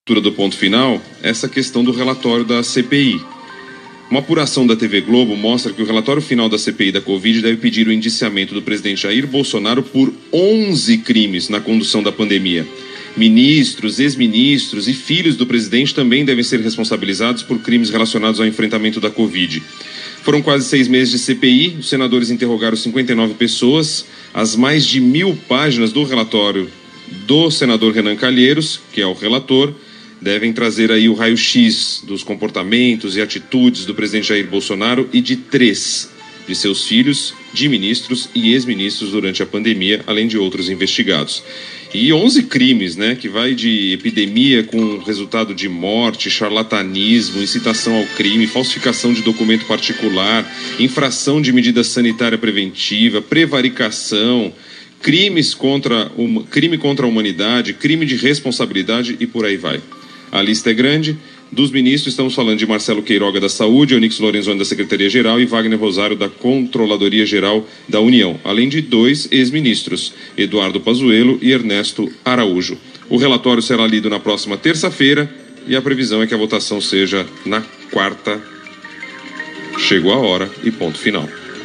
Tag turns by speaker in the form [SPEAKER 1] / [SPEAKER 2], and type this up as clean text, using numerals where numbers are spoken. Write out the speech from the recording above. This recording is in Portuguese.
[SPEAKER 1] do ponto final, essa questão do relatório da CPI. Uma apuração da TV Globo mostra que o relatório final da CPI da Covid deve pedir o indiciamento do presidente Jair Bolsonaro por 11 crimes na condução da pandemia. Ministros, ex-ministros e filhos do presidente também devem ser responsabilizados por crimes relacionados ao enfrentamento da Covid. Foram quase 6 meses de CPI, os senadores interrogaram 59 pessoas. As mais de 1.000 páginas do relatório do senador Renan Calheiros, que é o relator, devem trazer aí o raio-x dos comportamentos e atitudes do presidente Jair Bolsonaro e de 3 de seus filhos, de ministros e ex-ministros durante a pandemia, além de outros investigados. E 11 crimes, né, que vai de epidemia com resultado de morte, charlatanismo, incitação ao crime, falsificação de documento particular, infração de medida sanitária preventiva, prevaricação, crime contra a humanidade, crime de responsabilidade e por aí vai. A lista é grande. Dos ministros, estamos falando de Marcelo Queiroga da Saúde, Onyx Lorenzoni da Secretaria-Geral e Wagner Rosário da Controladoria-Geral da União, além de 2 ex-ministros, Eduardo Pazuello e Ernesto Araújo. O relatório será lido na próxima terça-feira e a previsão é que a votação seja na quarta. Chegou a hora e ponto final.